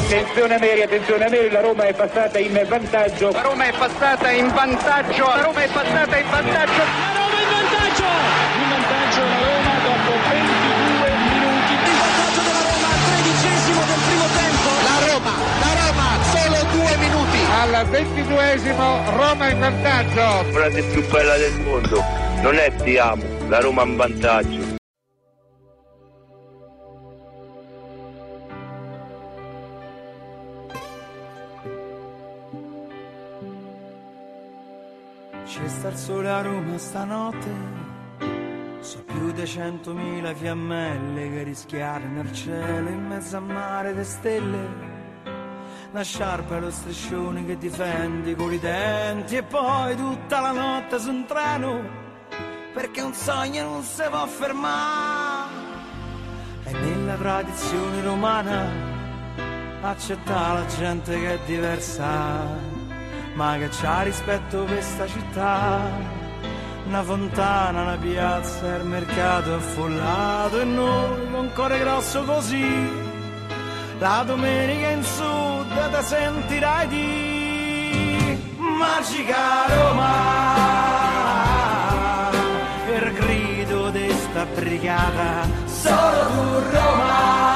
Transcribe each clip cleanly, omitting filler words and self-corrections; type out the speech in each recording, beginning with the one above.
Attenzione Neri, la Roma è passata in vantaggio. La Roma è passata in vantaggio. La Roma in vantaggio. In vantaggio la Roma dopo 22 minuti. In vantaggio della Roma al 13° del primo tempo. La Roma, solo 2 minuti. Al 22esimo Roma in vantaggio. La frase più bella del mondo non è ti amo, la Roma in vantaggio. C'è star sole a Roma stanotte, so più di 100.000 fiammelle che rischiare nel cielo in mezzo a mare de stelle. Una sciarpa e lo striscione che difendi con i denti e poi tutta la notte su un treno, perché un sogno non si può fermare. E nella tradizione romana accetta la gente che è diversa, ma che c'ha rispetto per sta città. Una fontana, una piazza, il mercato è affollato e noi con cuore grosso così la domenica in sud te sentirai di Magica Roma, per grido di sta brigata, solo tu Roma,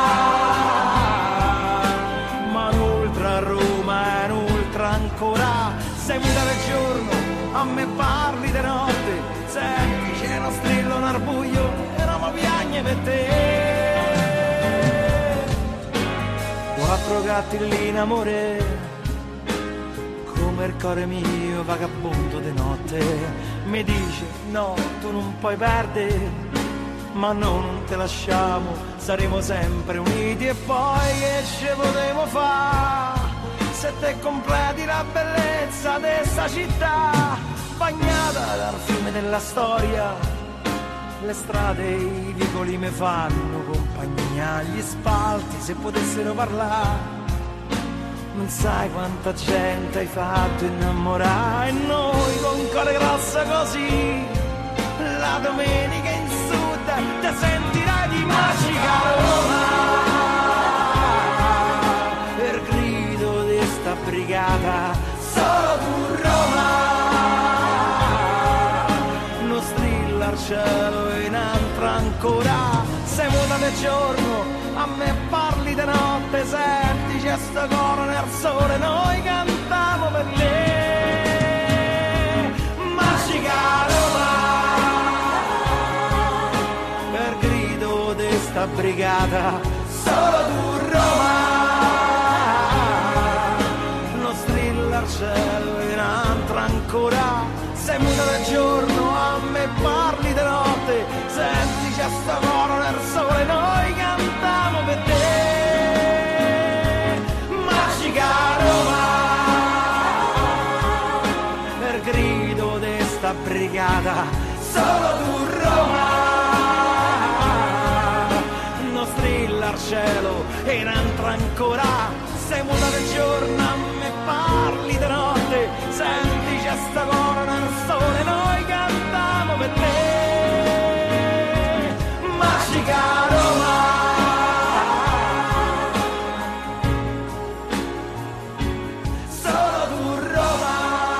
ma un'ultra Roma è un'ultra ancora. Sei muta del giorno, a me parli di notte, senti c'è uno strillo, un arbuglio e Roma piagne per te. 4 gatti lì in amore, come il cuore mio vagabondo di notte, mi dice no, tu non puoi perdere, ma noi non te lasciamo, saremo sempre uniti. E poi che ci potremo fare se te completi la bellezza di sta città, bagnata dal fiume della storia. Le strade e i vicoli mi fanno compagnia, gli spalti se potessero parlare. Non sai quanta gente hai fatto innamorare, e noi con cuore grosso così la domenica in sud te sentirai di Magica Roma, per grido di sta brigata, solo tu Roma, non strilla al cielo e un'altra ancora. Sei muta del giorno, a me parli di notte, senti c'è sto coro nel sole, noi cantiamo per te. Magica Roma, per grido di sta brigata, solo tu Roma, non strilla al cielo e un'altra ancora. Sei muta del giorno, a me parli di notte, senti c'è sto coro nel sole, noi cantiamo per te. Magica Roma, per grido di sta brigata, solo tu Roma, non strilla al cielo e un'altra ancora. Sei muta del giorno, a me parli di notte, senti c'è sto coro nel sole, noi cantiamo per te. Magica Roma, solo tu Roma.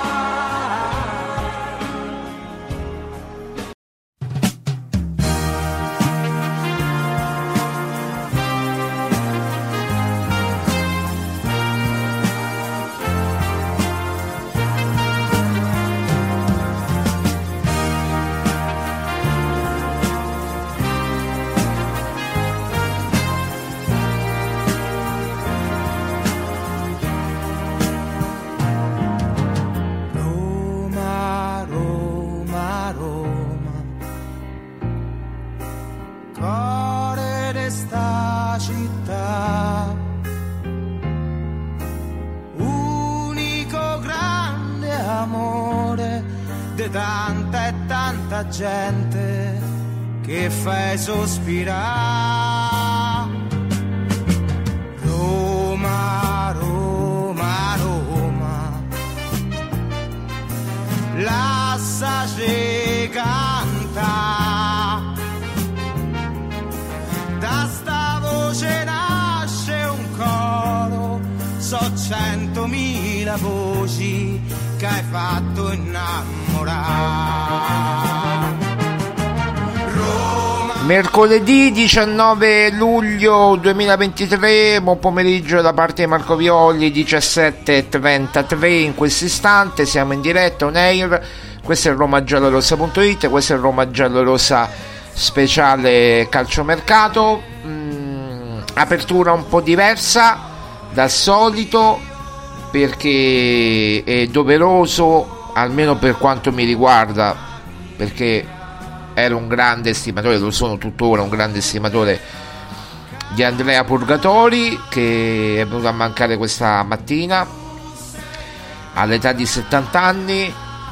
Tanta e tanta gente che fai sospirare. Roma, Roma, Roma, lasciaci cantare. Da sta voce nasce un coro 2000 voci che hai fatto innamorare. Mercoledì 19 luglio 2023, buon pomeriggio da parte di Marco Violi, 17:33 in questo istante, siamo in diretta on air, questo è romagiallorossa.it, questo è Roma Giallorossa speciale calciomercato, apertura un po' diversa dal solito perché è doveroso, almeno per quanto mi riguarda, perché ero un grande estimatore, lo sono tuttora, un grande estimatore di Andrea Purgatori, che è venuto a mancare questa mattina all'età di 70 anni.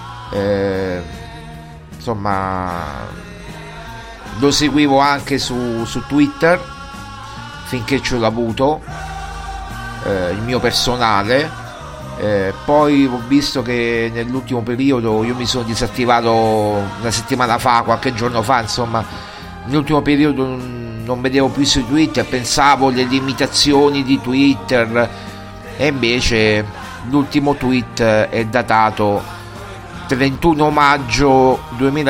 Insomma, lo seguivo anche su Twitter finché ce l'ho avuto, il mio personale. Poi ho visto che nell'ultimo periodo io mi sono disattivato una settimana fa, qualche giorno fa, insomma, nell'ultimo periodo non vedevo più sui Twitter, pensavo alle limitazioni di Twitter, e invece l'ultimo tweet è datato 31 maggio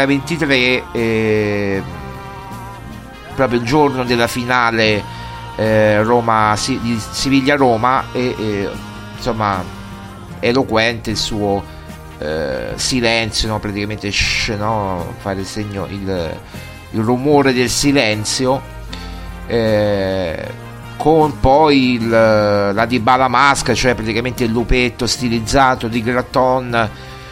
2023, proprio il giorno della finale di Siviglia-Roma, e insomma eloquente il suo silenzio, no? Praticamente fare il segno, il rumore del silenzio, con poi la Dybala Mask, cioè praticamente il lupetto stilizzato di Gratton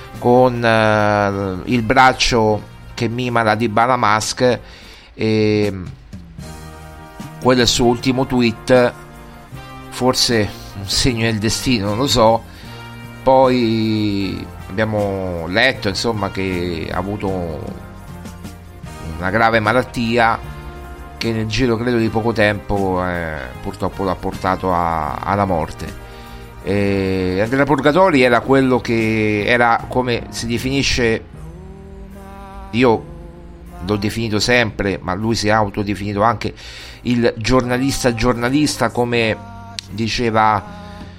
con il braccio che mima la Dybala Mask, e quello è il suo ultimo tweet, forse un segno del destino, non lo so. Poi abbiamo letto, insomma, che ha avuto una grave malattia che nel giro, credo, di poco tempo purtroppo l'ha portato alla morte. Andrea Purgatori era quello che era, come si definisce, io l'ho definito sempre, ma lui si è autodefinito anche il giornalista, come diceva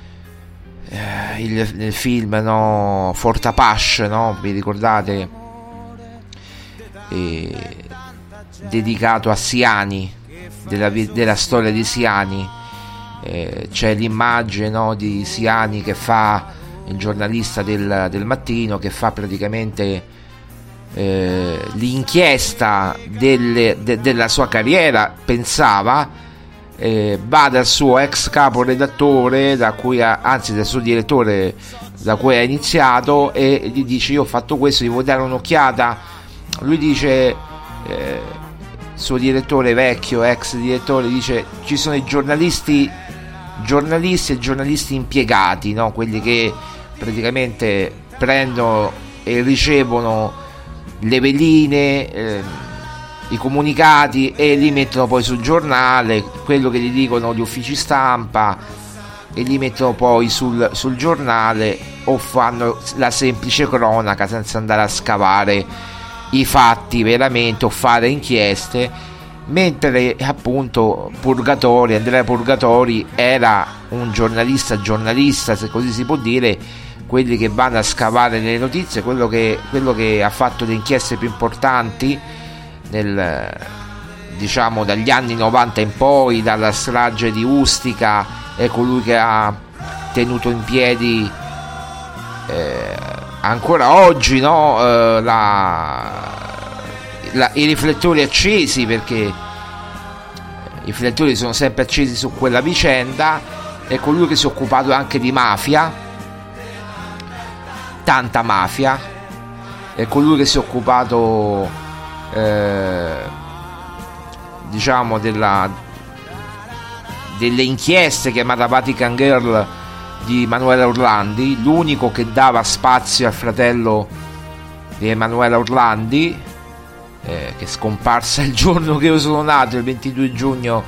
nel film, no? Fort Apache, no? Vi ricordate? Dedicato a Siani, della storia di Siani. C'è l'immagine, no, di Siani che fa il giornalista del mattino, che fa praticamente l'inchiesta della sua carriera, pensava. Va dal suo ex caporedattore, dal suo direttore da cui ha iniziato, e gli dice: io ho fatto questo, gli vuoi dare un'occhiata? Lui dice, suo direttore vecchio, ex direttore, dice: ci sono i giornalisti e giornalisti impiegati, no? Quelli che praticamente prendono e ricevono le veline, i comunicati, e li mettono poi sul giornale, quello che gli dicono gli uffici stampa, e li mettono poi sul giornale, o fanno la semplice cronaca senza andare a scavare i fatti veramente o fare inchieste. Mentre appunto Andrea Purgatori era un giornalista, se così si può dire, quelli che vanno a scavare nelle notizie, quello che ha fatto le inchieste più importanti diciamo dagli anni 90 in poi, dalla strage di Ustica, è colui che ha tenuto in piedi ancora oggi, no? I riflettori accesi, perché i riflettori sono sempre accesi su quella vicenda. È colui che si è occupato anche di mafia, tanta mafia. È colui che si è occupato diciamo delle inchieste, chiamata Vatican Girl, di Emanuela Orlandi, l'unico che dava spazio al fratello di Emanuela Orlandi, che è scomparsa il giorno che io sono nato, il 22 giugno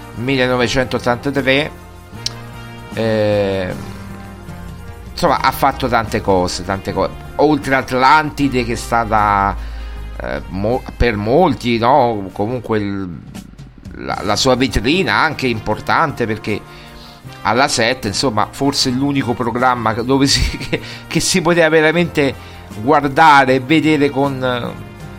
1983. Insomma, ha fatto tante cose, oltre Atlantide, che è stata per molti, no? Comunque la sua vetrina anche importante, perché alla 7, insomma, forse l'unico programma dove che si poteva veramente guardare e vedere con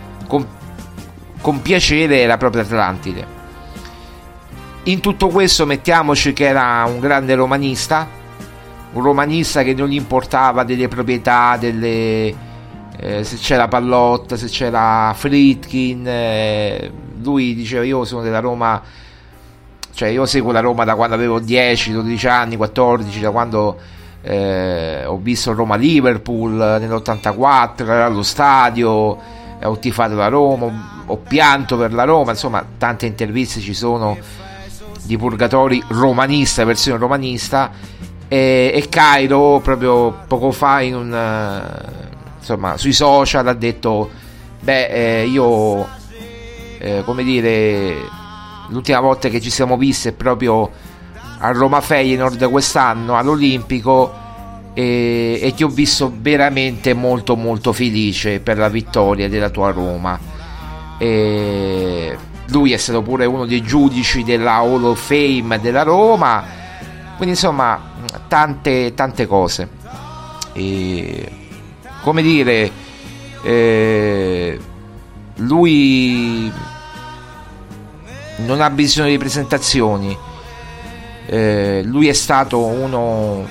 piacere era proprio Atlantide. In tutto questo mettiamoci che era un grande romanista, un romanista che non gli importava delle proprietà, se c'era Pallotta, se c'era Friedkin, lui diceva io sono della Roma, cioè io seguo la Roma da quando avevo 10, 12 anni, 14, da quando ho visto Roma-Liverpool nell'84, ero allo stadio, ho tifato la Roma, ho pianto per la Roma, insomma tante interviste ci sono di Purgatori romanista, versione romanista, e Cairo proprio poco fa insomma sui social ha detto io come dire, l'ultima volta che ci siamo visti è proprio a Roma Feyenoord quest'anno all'Olimpico, e ti ho visto veramente molto molto felice per la vittoria della tua Roma. Lui è stato pure uno dei giudici della Hall of Fame della Roma, quindi insomma tante cose, come dire, lui non ha bisogno di presentazioni, lui è stato uno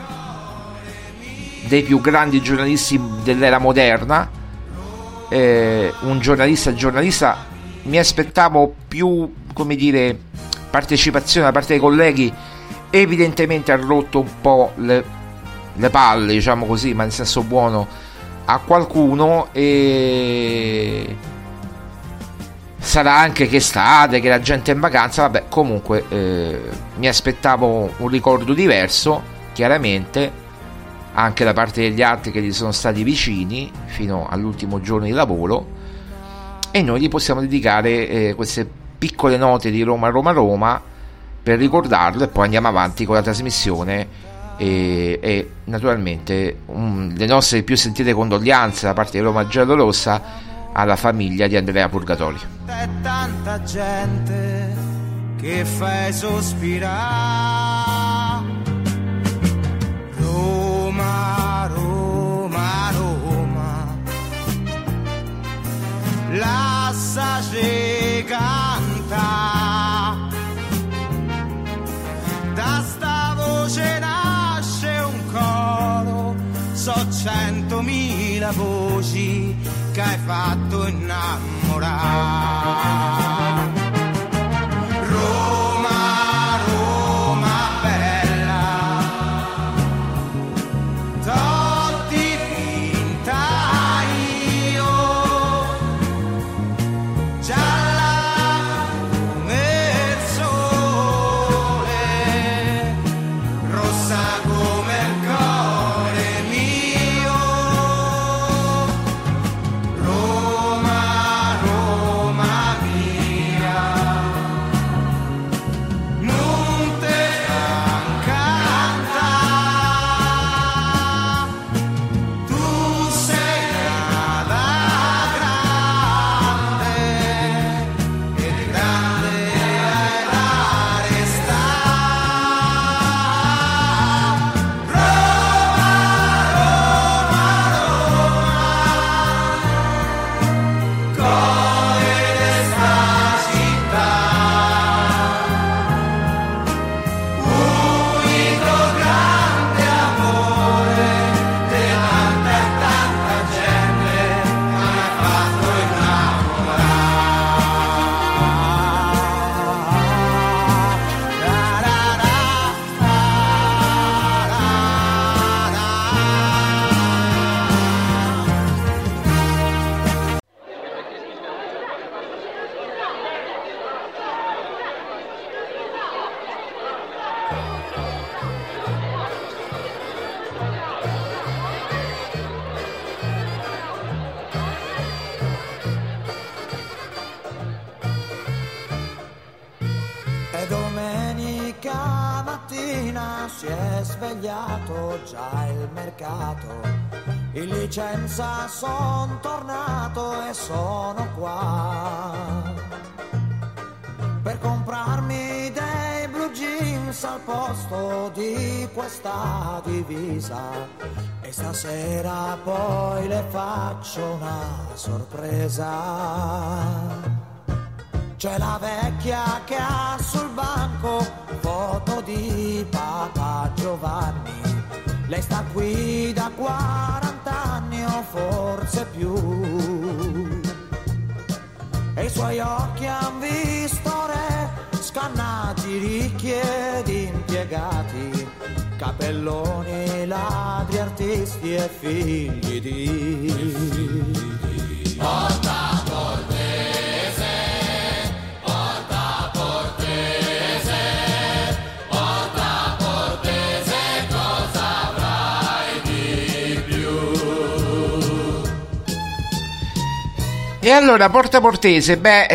dei più grandi giornalisti dell'era moderna, un giornalista. Mi aspettavo più, come dire, partecipazione da parte dei colleghi. Evidentemente ha rotto un po' le palle, diciamo così, ma nel senso buono, a qualcuno, e sarà anche che estate, che la gente è in vacanza, vabbè, comunque mi aspettavo un ricordo diverso, chiaramente, anche da parte degli altri che gli sono stati vicini fino all'ultimo giorno di lavoro, e noi gli possiamo dedicare queste piccole note di Roma per ricordarlo, e poi andiamo avanti con la trasmissione e naturalmente le nostre più sentite condoglianze da parte di Roma Giallorossa alla famiglia di Andrea Purgatori. C'è tanta gente che fai sospirare, Roma, Roma, Roma, lasciaci cantare, da sta voce nasce un coro, so 100.000 voci che hai fatto innamorare. Roma, Roma bella, totti finta io, gialla come il sole, rossa come il cuore mio. Roma, Roma mia, non te canta, tu sei nata grande e grande hai da restare. Roma, Roma, Roma, cuore di sta città, unico grande amore di tanta e tanta gente che mi ha fatto E domenica mattina si è svegliato già il mercato, in licenza son tornato e sono qua per comprarmi dei blue jeans al posto di questa divisa e stasera poi le faccio una sorpresa. C'è la vecchia che ha sul banco foto di Papa Giovanni. Lei sta qui da 40 anni o forse più. E i suoi occhi han visto re, scannati, ricchi ed impiegati, capelloni, ladri, artisti e figli di... Porta Portese, porta Portese, porta Portese, cosa avrai di più? E allora Porta Portese,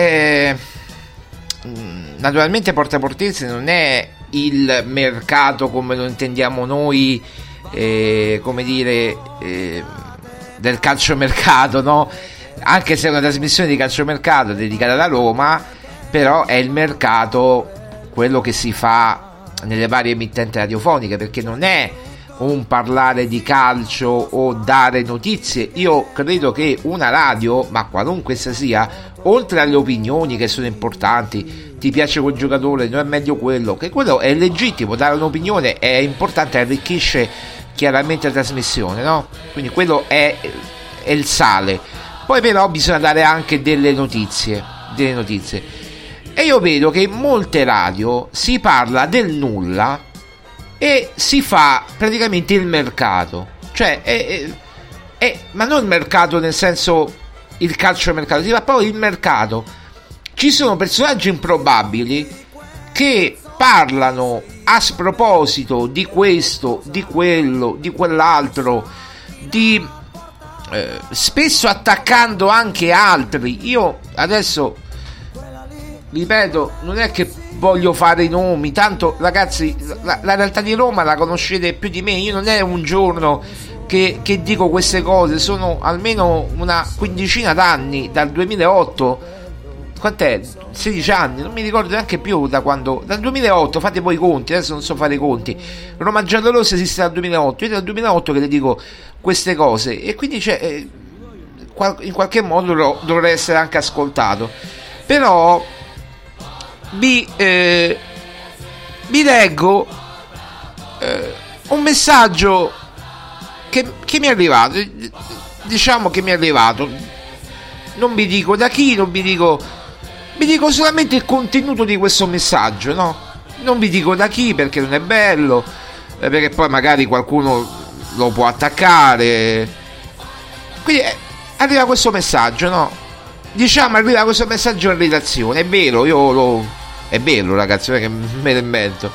naturalmente Porta Portese non è il mercato come lo intendiamo noi, come dire, del calciomercato, no? Anche se è una trasmissione di calciomercato dedicata alla Roma, però è il mercato quello che si fa nelle varie emittenti radiofoniche, perché non è un parlare di calcio o dare notizie. Io credo che una radio, ma qualunque essa sia, oltre alle opinioni che sono importanti, ti piace quel giocatore, non è meglio quello, che quello è legittimo, dare un'opinione è importante, arricchisce chiaramente la trasmissione, no? Quindi quello è il sale. Poi però bisogna dare anche delle notizie. E io vedo che in molte radio si parla del nulla e si fa praticamente il mercato, cioè ma non il mercato nel senso il calciomercato, si fa proprio il mercato. Ci sono personaggi improbabili che parlano a sproposito di questo, di quello, di quell'altro, spesso attaccando anche altri. Io adesso ripeto, non è che voglio fare i nomi, tanto ragazzi la realtà di Roma la conoscete più di me. Io non è un giorno che dico queste cose, sono almeno una quindicina d'anni, dal 2008, quant'è? 16 anni, non mi ricordo neanche più da quando, dal 2008, fate voi i conti, adesso non so fare i conti. Roma Giallorossa esiste dal 2008, io dal 2008 che le dico queste cose, e quindi in qualche modo dovrei essere anche ascoltato. Però vi leggo un messaggio che mi è arrivato, diciamo che mi è arrivato, non vi dico da chi, vi dico solamente il contenuto di questo messaggio, no? Non vi dico da chi perché non è bello, perché poi magari qualcuno lo può attaccare. Quindi arriva questo messaggio, no? Diciamo arriva questo messaggio in redazione, è vero, è vero ragazzi, non è che me lo invento.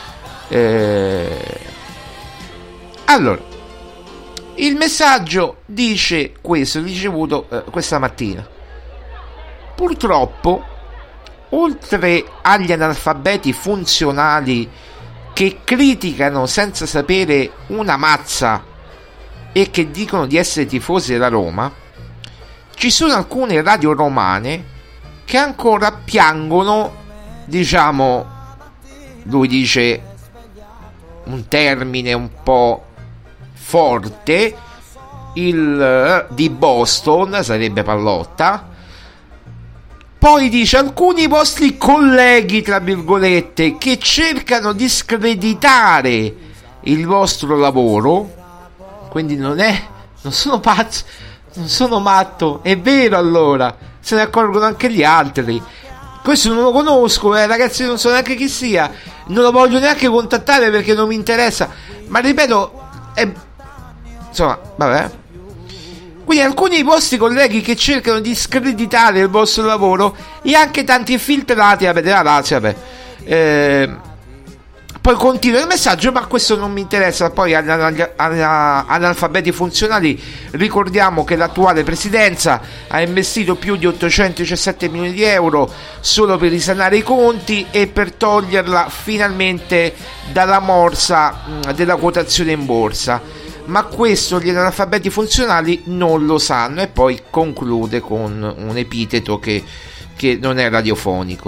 Allora, il messaggio dice questo, ricevuto questa mattina. Purtroppo, oltre agli analfabeti funzionali che criticano senza sapere una mazza e che dicono di essere tifosi della Roma, ci sono alcune radio romane che ancora piangono, diciamo, lui dice un termine un po' forte, il di Boston, sarebbe Pallotta. Poi dice alcuni vostri colleghi, tra virgolette, che cercano di screditare il vostro lavoro. Quindi non sono pazzo, non sono matto, è vero, allora se ne accorgono anche gli altri. Questo non lo conosco, ragazzi, non so neanche chi sia, non lo voglio neanche contattare perché non mi interessa, ma ripeto, insomma, vabbè. Quindi alcuni vostri colleghi che cercano di screditare il vostro lavoro e anche tanti infiltrati, avete la razza, vabbè. Poi continua il messaggio, ma questo non mi interessa. Poi analfabeti funzionali, ricordiamo che l'attuale presidenza ha investito più di 817 milioni di euro solo per risanare i conti e per toglierla finalmente dalla morsa della quotazione in borsa. Ma questo gli analfabeti funzionali non lo sanno. E poi conclude con un epiteto che non è radiofonico.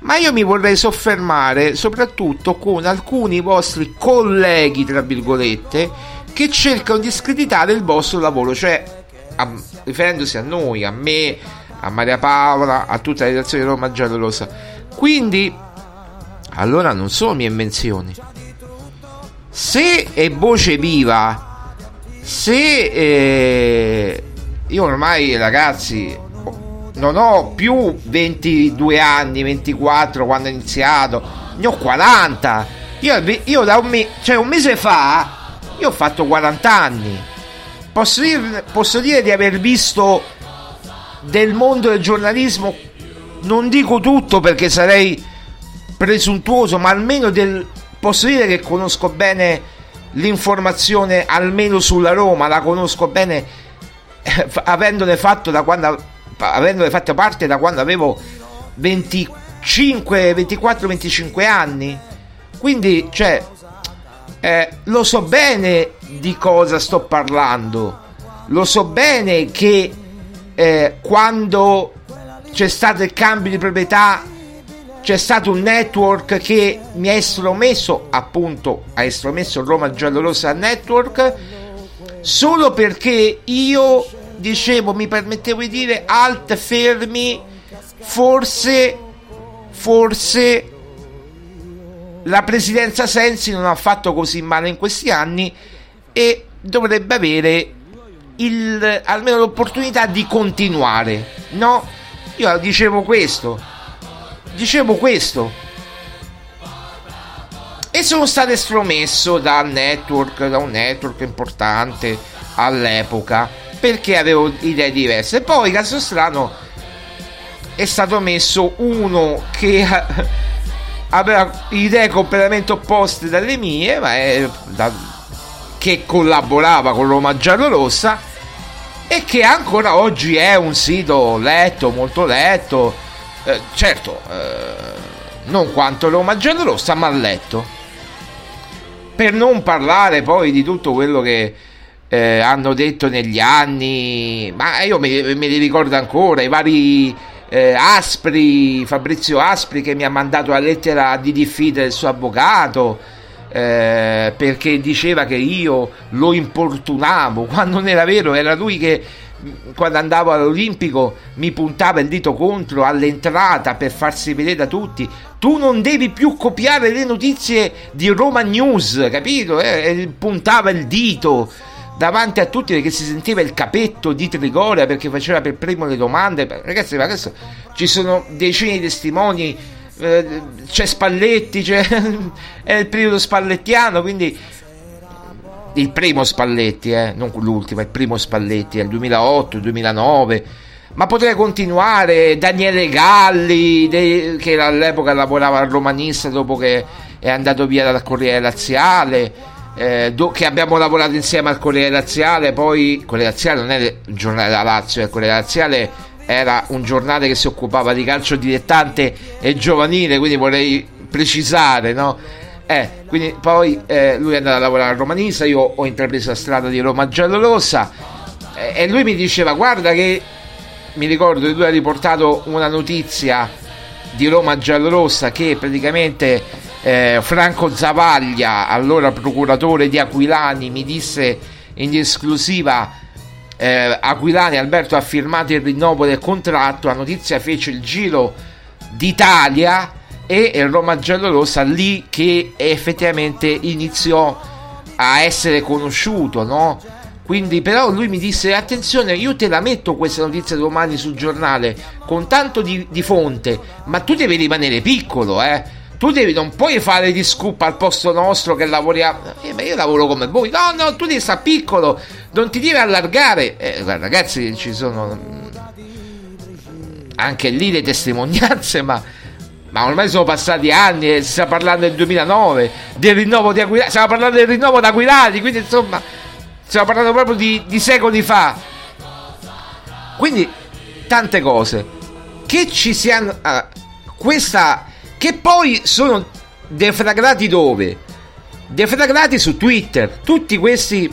ma io mi vorrei soffermare soprattutto con alcuni vostri colleghi, tra virgolette, che cercano di screditare il vostro lavoro, cioè riferendosi a noi, a me, a Maria Paola, a tutta la redazione di Roma Giallorossa. Quindi, allora non sono mie invenzioni. Se è voce viva, se io ormai, ragazzi, non ho più 22 anni, 24 quando ho iniziato, ne ho 40. Io da un mese fa io ho fatto 40 anni. Posso dire di aver visto del mondo del giornalismo, non dico tutto perché sarei presuntuoso, ma almeno posso dire che conosco bene l'informazione, almeno sulla Roma, la conosco bene, avendone fatto parte da quando avevo 24-25 anni. Quindi, lo so bene di cosa sto parlando. Lo so bene che quando c'è stato il cambio di proprietà c'è stato un network che mi ha estromesso, appunto, ha estromesso Roma Giallorossa Network, solo perché io dicevo, mi permettevo di dire, alt, fermi, forse la presidenza Sensi non ha fatto così male in questi anni e dovrebbe avere almeno l'opportunità di continuare, no? Io dicevo questo e sono stato estromesso da un network importante all'epoca perché avevo idee diverse. Poi, caso strano, è stato messo uno che aveva idee completamente opposte dalle mie, ma che collaborava con Roma Giallorossa e che ancora oggi è un sito letto, molto letto, non quanto Roma Giallorossa, ma letto. Per non parlare poi di tutto quello che hanno detto negli anni, ma io me li ricordo ancora, i vari Fabrizio Aspri, che mi ha mandato la lettera di diffida del suo avvocato perché diceva che io lo importunavo, quando non era vero. Era lui che, quando andavo all'Olimpico, mi puntava il dito contro all'entrata per farsi vedere da tutti. Tu non devi più copiare le notizie di Roma News, capito? Puntava il dito davanti a tutti perché si sentiva il capetto di Trigoria, perché faceva per primo le domande. Ragazzi, ma adesso ci sono decine di testimoni, c'è Spalletti, è il periodo spallettiano, quindi il primo Spalletti, non l'ultimo, il primo Spalletti, è il 2008-2009, ma potrei continuare. Daniele Galli, che all'epoca lavorava al Romanista dopo che è andato via dal Corriere Laziale, che abbiamo lavorato insieme al Corriere Laziale. Poi il Corriere Laziale non è il giornale della Lazio, il Corriere Laziale era un giornale che si occupava di calcio dilettante e giovanile, quindi vorrei precisare, no? Quindi poi lui è andato a lavorare al Romanista, io ho intrapreso la strada di Roma Giallorossa, e lui mi diceva, guarda che, mi ricordo che lui ha riportato una notizia di Roma Giallorossa che praticamente Franco Zavaglia, allora procuratore di Aquilani, mi disse in esclusiva: Aquilani, Alberto ha firmato il rinnovo del contratto. La notizia fece il giro d'Italia e Roma Giallorossa lì che effettivamente iniziò a essere conosciuto, no? Quindi, però, lui mi disse: attenzione, io te la metto questa notizia domani sul giornale con tanto di fonte, ma tu devi rimanere piccolo, tu non puoi fare di scoop al posto nostro che lavoriamo. Ma io lavoro come voi. No, tu devi stare piccolo, non ti devi allargare. Ragazzi, ci sono anche lì le testimonianze, ma ormai sono passati anni, si sta parlando del 2009, del rinnovo di Aquilani, stiamo parlando del rinnovo di Aquilani, quindi insomma stiamo parlando proprio di secoli fa. Quindi tante cose che ci siano, questa, che poi sono deflagrati dove? Deflagrati su Twitter. Tutti questi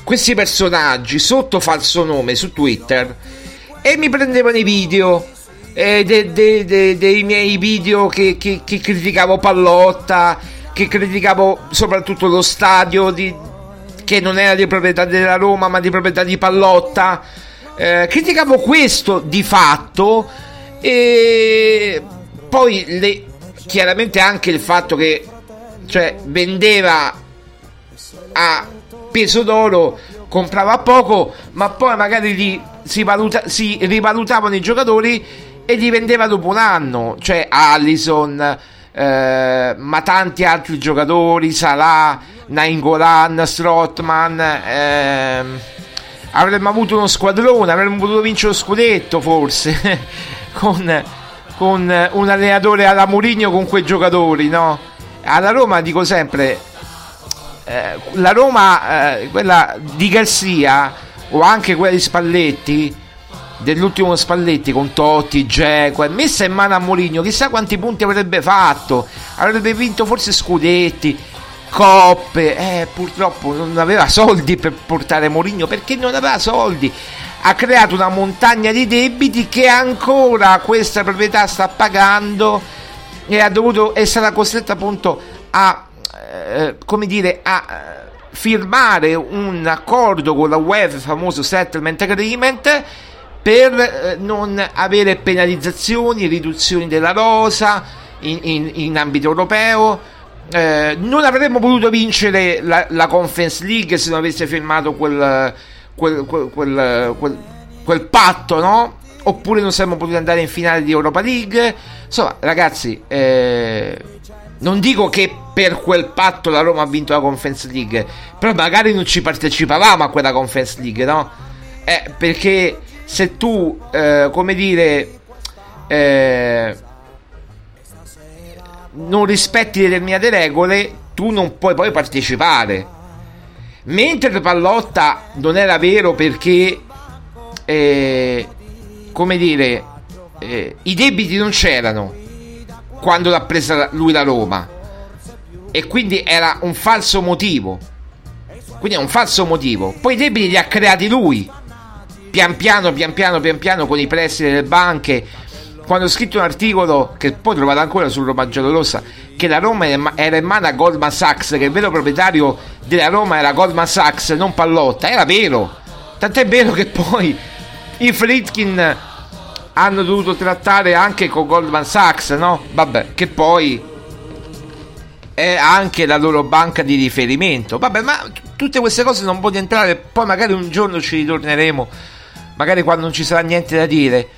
personaggi sotto falso nome su Twitter, e mi prendevano i video dei miei video che criticavo Pallotta, che criticavo soprattutto lo stadio che non era di proprietà della Roma ma di proprietà di Pallotta. Criticavo questo di fatto, e poi chiaramente anche il fatto che, cioè, vendeva a peso d'oro, comprava a poco, ma poi magari si rivalutavano i giocatori e li vendeva dopo un anno, cioè Alisson, ma tanti altri giocatori, Salah, Nainggolan, Strootman. Avremmo avuto uno squadrone, avremmo potuto vincere lo scudetto forse con un allenatore alla Mourinho con quei giocatori, no? Alla Roma dico sempre, la Roma, quella di Garcia o anche quella di Spalletti, dell'ultimo Spalletti con Totti, Dzeko, messa in mano a Mourinho, chissà quanti punti avrebbe fatto, avrebbe vinto forse scudetti, coppe. Purtroppo non aveva soldi per portare Mourinho, perché non aveva soldi, ha creato una montagna di debiti che ancora questa proprietà sta pagando, e è stata costretta appunto a firmare un accordo con la UEFA, il famoso settlement agreement, per non avere penalizzazioni, riduzioni della rosa in ambito europeo. Non avremmo potuto vincere la Conference League se non avesse firmato quel patto, no? Oppure non saremmo potuti andare in finale di Europa League. Insomma, ragazzi, non dico che per quel patto la Roma ha vinto la Conference League, però magari non ci partecipavamo a quella Conference League, no? Perché se tu, non rispetti determinate regole, tu non puoi poi partecipare. Mentre Pallotta non era vero, perché i debiti non c'erano quando l'ha presa lui la Roma, e quindi era un falso motivo. Quindi è un falso motivo. Poi i debiti li ha creati lui, pian piano con i prestiti delle banche. Quando ho scritto un articolo che poi trovate ancora su Roma Giallorossa, che la Roma era in mano a Goldman Sachs, che il vero proprietario della Roma era Goldman Sachs, non Pallotta, era vero. Tant'è vero che poi i Friedkin hanno dovuto trattare anche con Goldman Sachs, no? Vabbè, che poi è anche la loro banca di riferimento. Vabbè, ma tutte queste cose non voglio entrare, poi magari un giorno ci ritorneremo, magari quando non ci sarà niente da dire.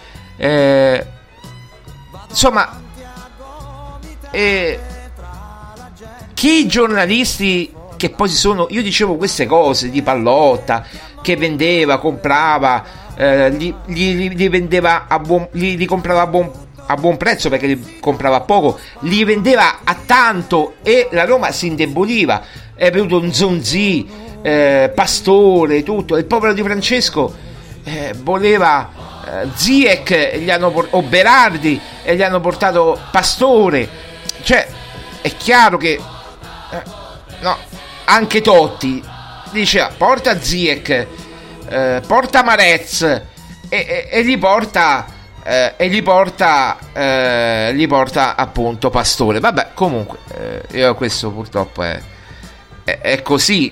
Insomma, che i giornalisti che poi io dicevo queste cose di Pallotta, che vendeva, comprava, li vendeva li comprava a buon prezzo, perché li comprava a poco, li vendeva a tanto, e la Roma si indeboliva. È venuto un Zonzi, Pastore, tutto. Il povero Di Francesco voleva Ziyech, o Berardi, e gli hanno portato Pastore. Cioè, è chiaro che no, anche Totti diceva porta Ziyech, porta Marez, e gli porta appunto Pastore. Vabbè, comunque questo purtroppo è così.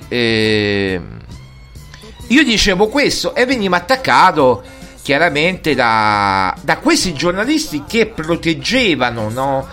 Io dicevo questo e veniva attaccato chiaramente da questi giornalisti che proteggevano, no,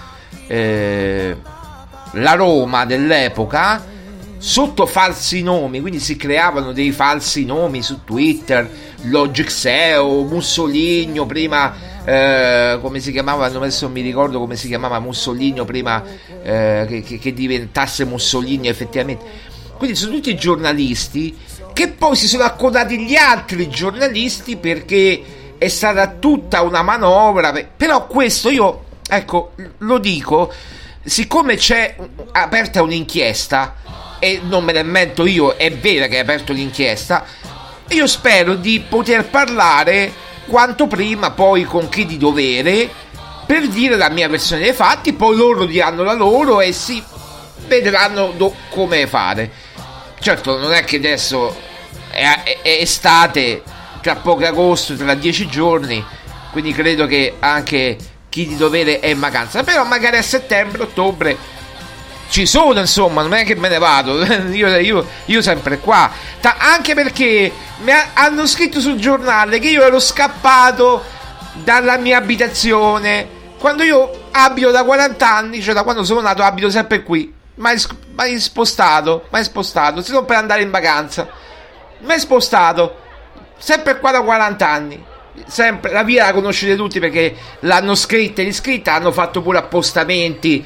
la Roma dell'epoca sotto falsi nomi. Quindi si creavano dei falsi nomi su Twitter, Logixeo, Mussolino prima, come si chiamava, adesso non mi ricordo come si chiamava Mussolino prima che diventasse Mussolini effettivamente. Quindi sono tutti giornalisti che poi si sono accodati gli altri giornalisti, perché è stata tutta una manovra. Però questo io, ecco, lo dico, siccome c'è aperta un'inchiesta, e non me ne invento io, è vera che è aperta l'inchiesta, io spero di poter parlare quanto prima poi con chi di dovere, per dire la mia versione dei fatti. Poi loro diranno la loro e si vedranno come fare. Certo, non è che adesso è estate, tra poco agosto, tra 10 giorni, quindi credo che anche chi di dovere è in vacanza, però magari a settembre, ottobre ci sono, insomma, non è che me ne vado. io sempre qua, anche perché hanno scritto sul giornale che io ero scappato dalla mia abitazione, quando io abito da 40 anni, cioè da quando sono nato abito sempre qui, mai spostato, se non per andare in vacanza, mai spostato, sempre qua da 40 anni. Sempre la via la conoscete tutti perché l'hanno scritta e iscritta, hanno fatto pure appostamenti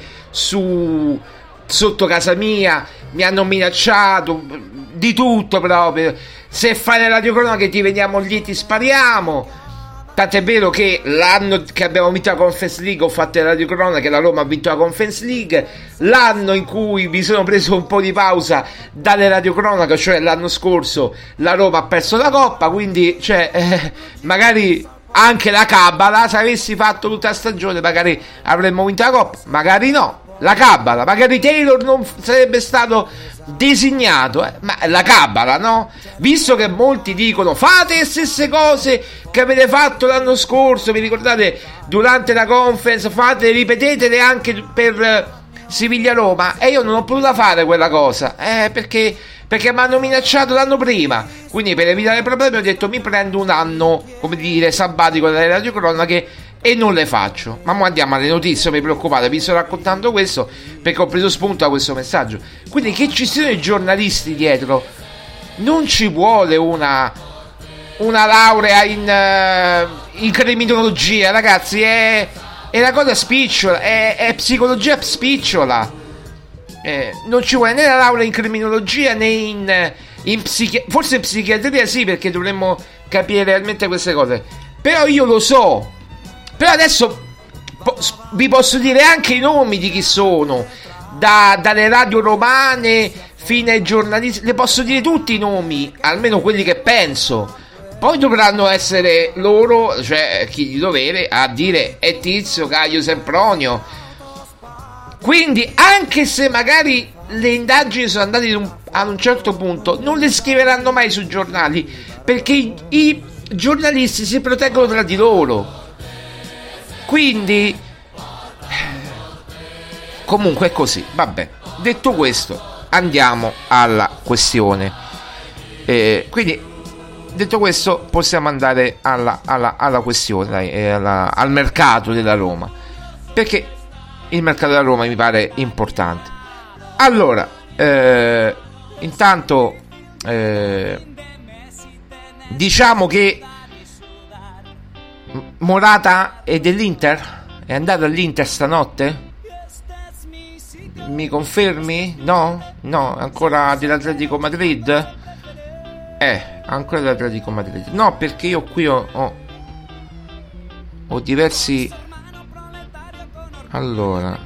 sotto casa mia, mi hanno minacciato di tutto proprio. Se fai la radiocronaca che ti veniamo lì, ti spariamo. Tant'è vero che l'anno che abbiamo vinto la Conference League ho fatto la radiocronaca che la Roma ha vinto la Conference League. L'anno in cui mi sono preso un po' di pausa dalle radiocronache, cioè l'anno scorso, la Roma ha perso la Coppa, quindi magari anche la Cabala, se avessi fatto tutta la stagione magari avremmo vinto la Coppa, magari no. La Cabala, magari Taylor non sarebbe stato designato, ma la Cabala, no? Visto che molti dicono fate le stesse cose che avete fatto l'anno scorso, vi ricordate, durante la conference, ripetetele anche per Siviglia-Roma, e io non ho potuto fare quella cosa, perché mi hanno minacciato l'anno prima, quindi per evitare problemi ho detto mi prendo un anno, come dire, sabbatico dalle radiocronache e non le faccio. Ma mo andiamo alle notizie, non vi preoccupate, vi sto raccontando questo perché ho preso spunto da questo messaggio. Quindi che ci siano i giornalisti dietro, non ci vuole una laurea in criminologia, ragazzi, è una cosa spicciola, è psicologia spicciola, non ci vuole né la laurea in criminologia né in forse in psichiatria sì, perché dovremmo capire realmente queste cose, però io lo so. Però adesso vi posso dire anche i nomi di chi sono, dalle radio romane fino ai giornalisti, le posso dire tutti i nomi, almeno quelli che penso. Poi dovranno essere loro, cioè chi di dovere, a dire è Tizio, Caio, Sempronio. Quindi anche se magari le indagini sono andate ad un certo punto, non le scriveranno mai sui giornali, perché i giornalisti si proteggono tra di loro. Quindi comunque è così, vabbè. Detto questo, andiamo alla questione. Quindi detto questo, possiamo andare alla questione, dai, al mercato della Roma, perché il mercato della Roma mi pare importante. Allora, intanto diciamo che Morata è dell'Inter? È andato all'Inter stanotte? Mi confermi? No? No, ancora dell'Atletico Madrid? Ancora dell'Atletico Madrid. No, perché io qui ho diversi. Allora,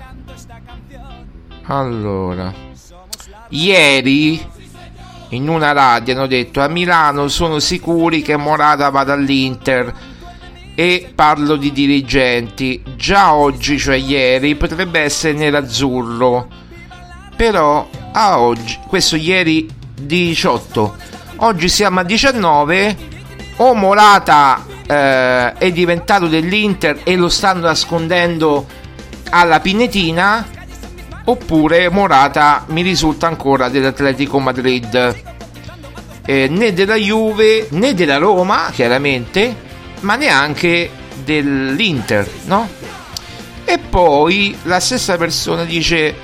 ieri in una radio hanno detto a Milano sono sicuri che Morata vada all'Inter, e parlo di dirigenti. Già oggi, cioè ieri, potrebbe essere nerazzurro, però a oggi, questo ieri 18, oggi siamo a 19, o Morata è diventato dell'Inter e lo stanno nascondendo alla Pinetina, oppure Morata mi risulta ancora dell'Atletico Madrid, né della Juve né della Roma chiaramente, ma neanche dell'Inter, no? E poi la stessa persona dice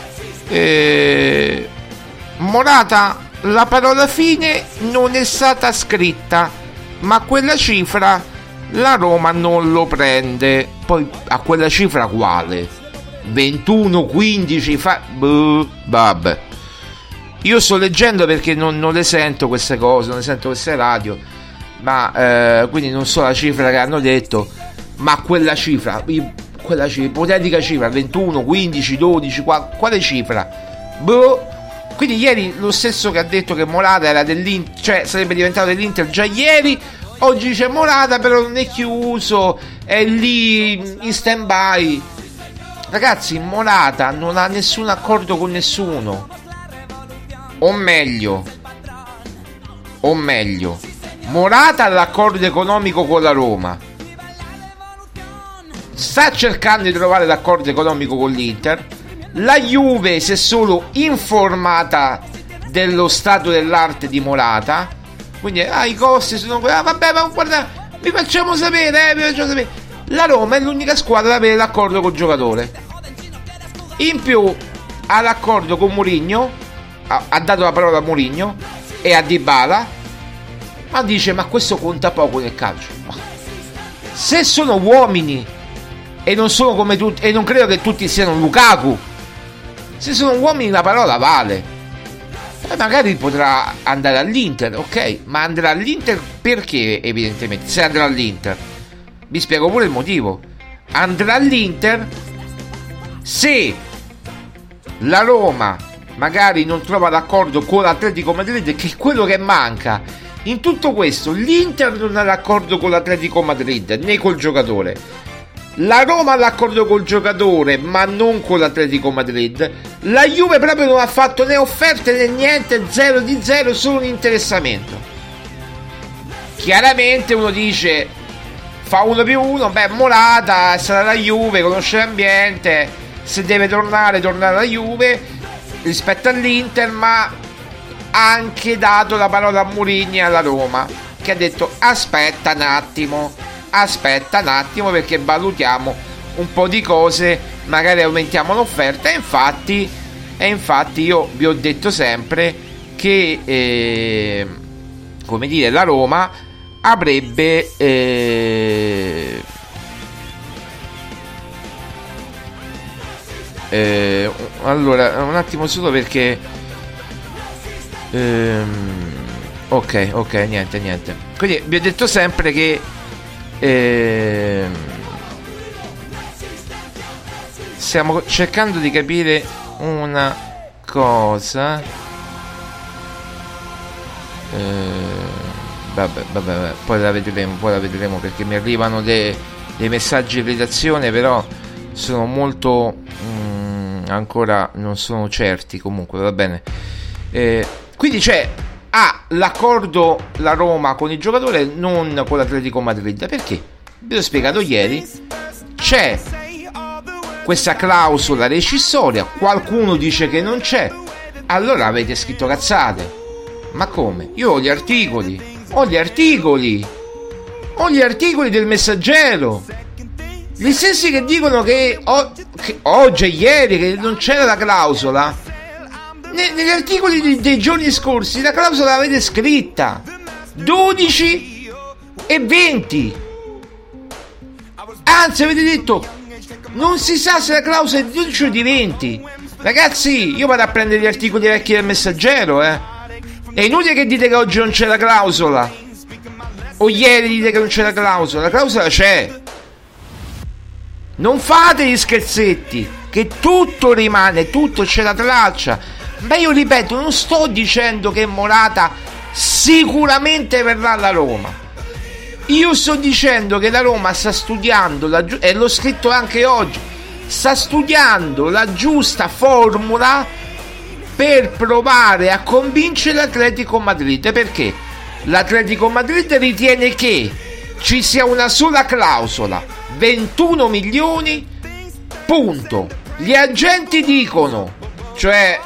Morata, la parola fine non è stata scritta, ma quella cifra la Roma non lo prende. Poi a quella cifra quale? 21, 15 vabbè. Io sto leggendo perché non le sento queste cose, non le sento queste radio, ma quindi non so la cifra che hanno detto, ma quella cifra, ipotetica cifra, 21, 15, 12, quale cifra? Quindi ieri lo stesso che ha detto che Morata era dell'Inter, cioè sarebbe diventato dell'Inter già ieri, oggi c'è Morata però non è chiuso, è lì in stand by. Ragazzi, Morata non ha nessun accordo con nessuno, o meglio Morata ha l'accordo economico con la Roma, sta cercando di trovare l'accordo economico con l'Inter. La Juve si è solo informata dello stato dell'arte di Morata, quindi i costi sono vabbè, ma guarda, vi facciamo sapere. La Roma è l'unica squadra ad avere l'accordo col giocatore. In più ha l'accordo con Mourinho, ha dato la parola a Mourinho e a Dybala, ma dice: ma questo conta poco nel calcio. Se sono uomini e non sono come tutti, e non credo che tutti siano Lukaku, se sono uomini la parola vale. E magari potrà andare all'Inter, ok, ma andrà all'Inter perché? Evidentemente, se andrà all'Inter, vi spiego pure il motivo. Andrà all'Inter se la Roma magari non trova l'accordo con l'Atletico Madrid, che è quello che manca in tutto questo. L'Inter non ha l'accordo con l'Atletico Madrid né col giocatore. La Roma ha l'accordo col giocatore ma non con l'Atletico Madrid. La Juve proprio non ha fatto né offerte né niente, 0 di 0, solo un interessamento. Chiaramente uno dice, fa 1+1, beh, Morata è stata la Juve, conosce l'ambiente, se deve tornare alla Juve rispetto all'Inter, ma ha anche dato la parola a Mourinho e alla Roma, che ha detto aspetta un attimo perché valutiamo un po' di cose, magari aumentiamo l'offerta. E infatti io vi ho detto sempre che come dire, la Roma avrebbe allora un attimo solo perché ok, niente. Quindi vi ho detto sempre che stiamo cercando di capire una cosa. Vabbè, poi la vedremo perché mi arrivano dei messaggi di irritazione, però sono molto ancora non sono certi. Comunque va bene. Quindi c'è l'accordo la Roma con il giocatore, non con l'Atletico Madrid. Perché? Vi ho spiegato ieri. C'è questa clausola rescissoria, qualcuno dice che non c'è, allora avete scritto cazzate. Ma come? Io ho gli articoli del Messaggero, gli stessi che dicono che oggi e ieri che non c'era la clausola. Negli articoli dei giorni scorsi la clausola l'avete scritta 12 e 20, anzi avete detto non si sa se la clausola è di 12 o di 20. Ragazzi, io vado a prendere gli articoli vecchi del Messaggero, è inutile che dite che oggi non c'è la clausola o ieri dite che non c'è la clausola c'è. Non fate gli scherzetti, che tutto rimane, tutto c'è la traccia. Ma io ripeto, non sto dicendo che Morata sicuramente verrà alla Roma. Io sto dicendo che la Roma sta studiando e l'ho scritto anche oggi, sta studiando la giusta formula per provare a convincere l'Atletico Madrid, perché l'Atletico Madrid ritiene che ci sia una sola clausola, 21 milioni, punto. Gli agenti dicono, cioè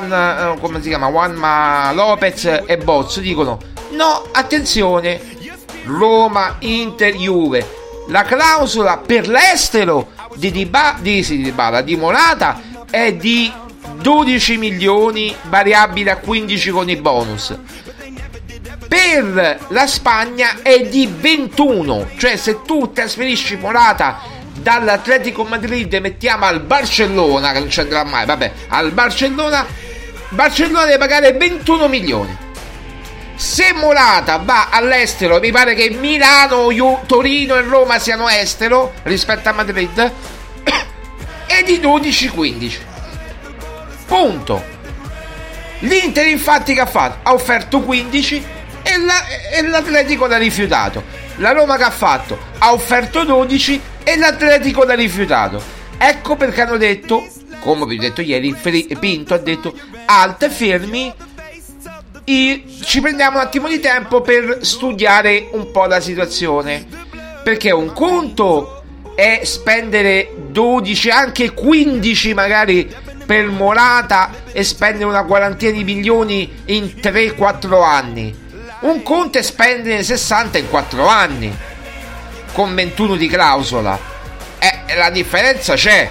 Juanma Lopez e Bozzo dicono no, attenzione, Roma, Inter, Juve, la clausola per l'estero di Morata è di 12 milioni variabile a 15 con i bonus. Per la Spagna è di 21, cioè se tu trasferisci Morata dall'Atletico Madrid, mettiamo al Barcellona, che non ci andrà mai, vabbè, al Barcellona deve pagare 21 milioni. Se Morata va all'estero, mi pare che Milano, Torino e Roma siano estero rispetto a Madrid, è di 12-15, punto. L'Inter infatti che ha fatto? Ha offerto 15 e l'Atletico l'ha rifiutato. La Roma che ha fatto? Ha offerto 12 e l'Atletico l'ha rifiutato. Ecco perché hanno detto, come vi ho detto ieri, Pinto ha detto fermi, ci prendiamo un attimo di tempo per studiare un po' la situazione, perché un conto è spendere 12, anche 15 magari per Morata e spendere una quarantina di milioni in 3-4 anni. Un conto è spendere 60 in 4 anni con 21 di clausola. La differenza c'è,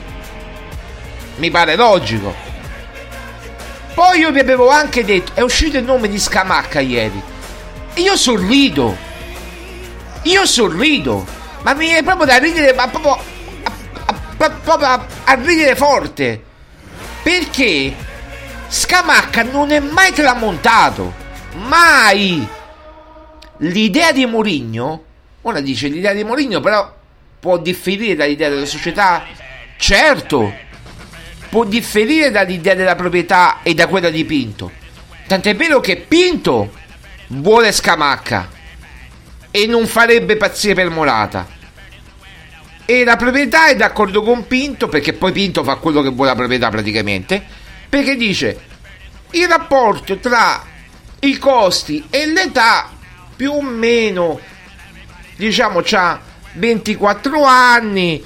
mi pare logico. Poi io vi avevo anche detto, è uscito il nome di Scamacca ieri, e io sorrido, ma mi viene proprio da ridere, ma proprio a ridere forte, perché Scamacca non è mai tramontato, mai. L'idea di Mourinho, ora dice l'idea di Mourinho però può differire dall'idea della società, certo, può differire dall'idea della proprietà e da quella di Pinto, tant'è vero che Pinto vuole Scamacca e non farebbe pazzie per Morata, e la proprietà è d'accordo con Pinto, perché poi Pinto fa quello che vuole la proprietà praticamente, perché dice il rapporto tra i costi e l'età più o meno, diciamo, c'ha 24 anni,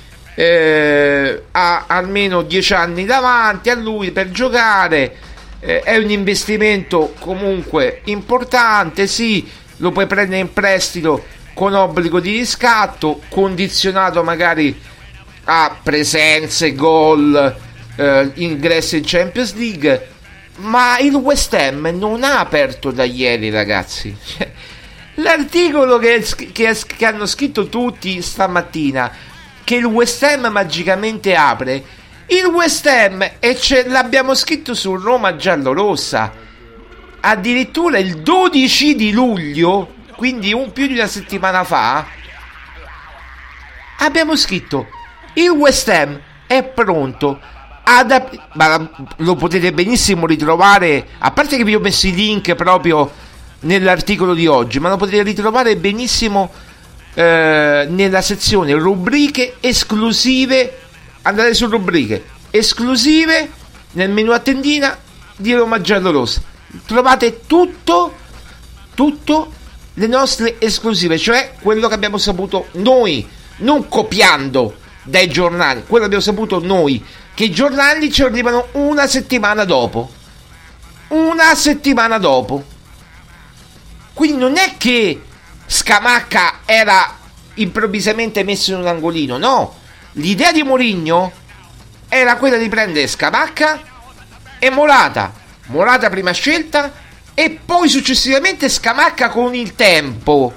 ha almeno 10 anni davanti a lui per giocare, è un investimento comunque importante, sì, lo puoi prendere in prestito con obbligo di riscatto, condizionato magari a presenze, gol, ingressi in Champions League, ma il West Ham non ha aperto da ieri, ragazzi. L'articolo che hanno scritto tutti stamattina, che il West Ham magicamente apre, il West Ham, e l'abbiamo scritto su Roma Giallorossa, addirittura il 12 di luglio, quindi più di una settimana fa, abbiamo scritto il West Ham è pronto ma lo potete benissimo ritrovare, a parte che vi ho messo i link proprio nell'articolo di oggi, ma lo potete ritrovare benissimo nella sezione rubriche esclusive. Andate su rubriche esclusive nel menu a tendina di Roma Giallorossa, trovate tutto le nostre esclusive, cioè quello che abbiamo saputo noi, non copiando dai giornali, quello che abbiamo saputo noi, che i giornali ci arrivano una settimana dopo. Quindi non è che Scamacca era improvvisamente messo in un angolino, no, l'idea di Mourinho era quella di prendere Scamacca e Morata prima scelta, e poi successivamente Scamacca con il tempo,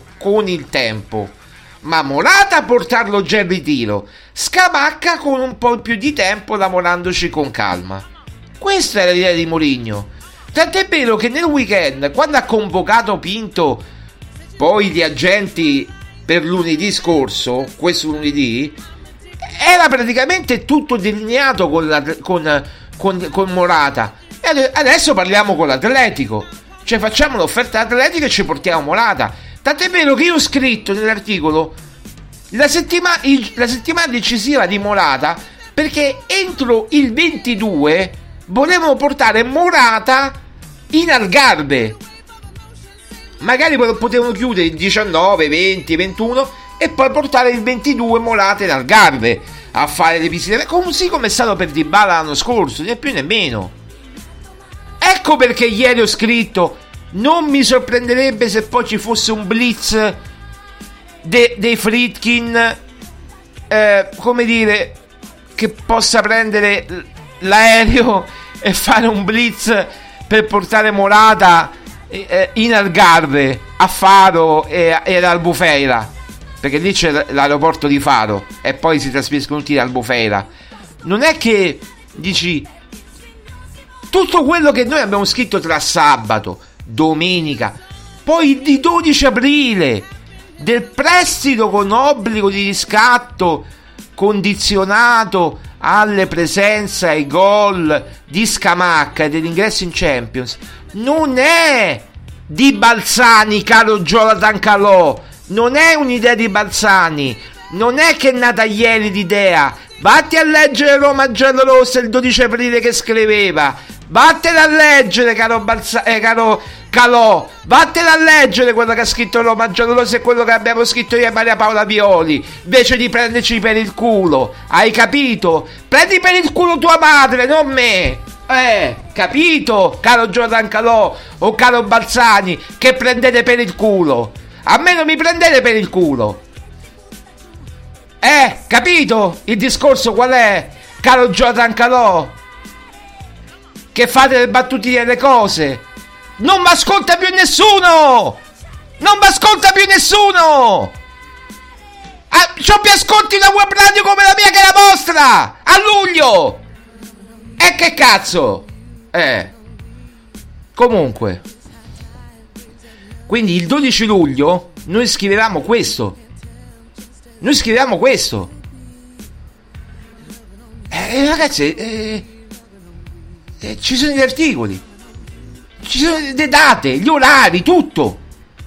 ma Morata portarlo già in ritiro, Scamacca con un po' più di tempo, lavorandoci con calma. Questa era l'idea di Mourinho, tant'è vero che nel weekend, quando ha convocato Pinto, poi gli agenti per lunedì scorso, questo lunedì, era praticamente tutto delineato con Morata, e adesso parliamo con l'Atletico, cioè facciamo l'offerta all'Atletico e ci portiamo Morata. Tant'è vero che io ho scritto nell'articolo la settimana decisiva di Morata, perché entro il 22 volevano portare Morata in Algarve, magari potevano chiudere il 19, 20, 21 e poi portare il 22 Morata in Algarve a fare le visite, così come è stato per Dybala l'anno scorso, né più né meno. Ecco perché ieri ho scritto: non mi sorprenderebbe se poi ci fosse un blitz dei Friedkin, come dire, che possa prendere l'aereo e fare un blitz per portare Morata in Algarve, a Faro e ad Albufeira, perché lì c'è l'aeroporto di Faro e poi si trasferiscono tutti ad Albufeira. Non è che dici tutto quello che noi abbiamo scritto tra sabato, domenica, poi di 12 aprile del prestito con obbligo di riscatto condizionato alle presenze, ai gol di Scamacca e dell'ingresso in Champions, non è di Balzani, caro Jonathan Calò, non è un'idea di Balzani, non è che è nata ieri l'idea, Vatti a leggere Roma giallorossa il 12 aprile che scriveva. Vattene a leggere, caro Calò. Vattene a leggere quello che ha scritto Roma giallorossa e quello che abbiamo scritto io e Maria Paola Violi, invece di prenderci per il culo. Hai capito? Prendi per il culo tua madre, non me. Capito, caro Giordan Calò o caro Balzani, che prendete per il culo. A me non mi prendete per il culo. Capito il discorso qual è, caro Giordan Calò? Che fate le battutine delle cose. Non mi ascolta più nessuno. Non mi ascolta più nessuno. C'ho più ascolti una web radio come la mia che la vostra a luglio. E che cazzo? Comunque, quindi il 12 luglio noi scrivevamo questo. Ragazzi, ci sono gli articoli, ci sono le date, gli orari, tutto.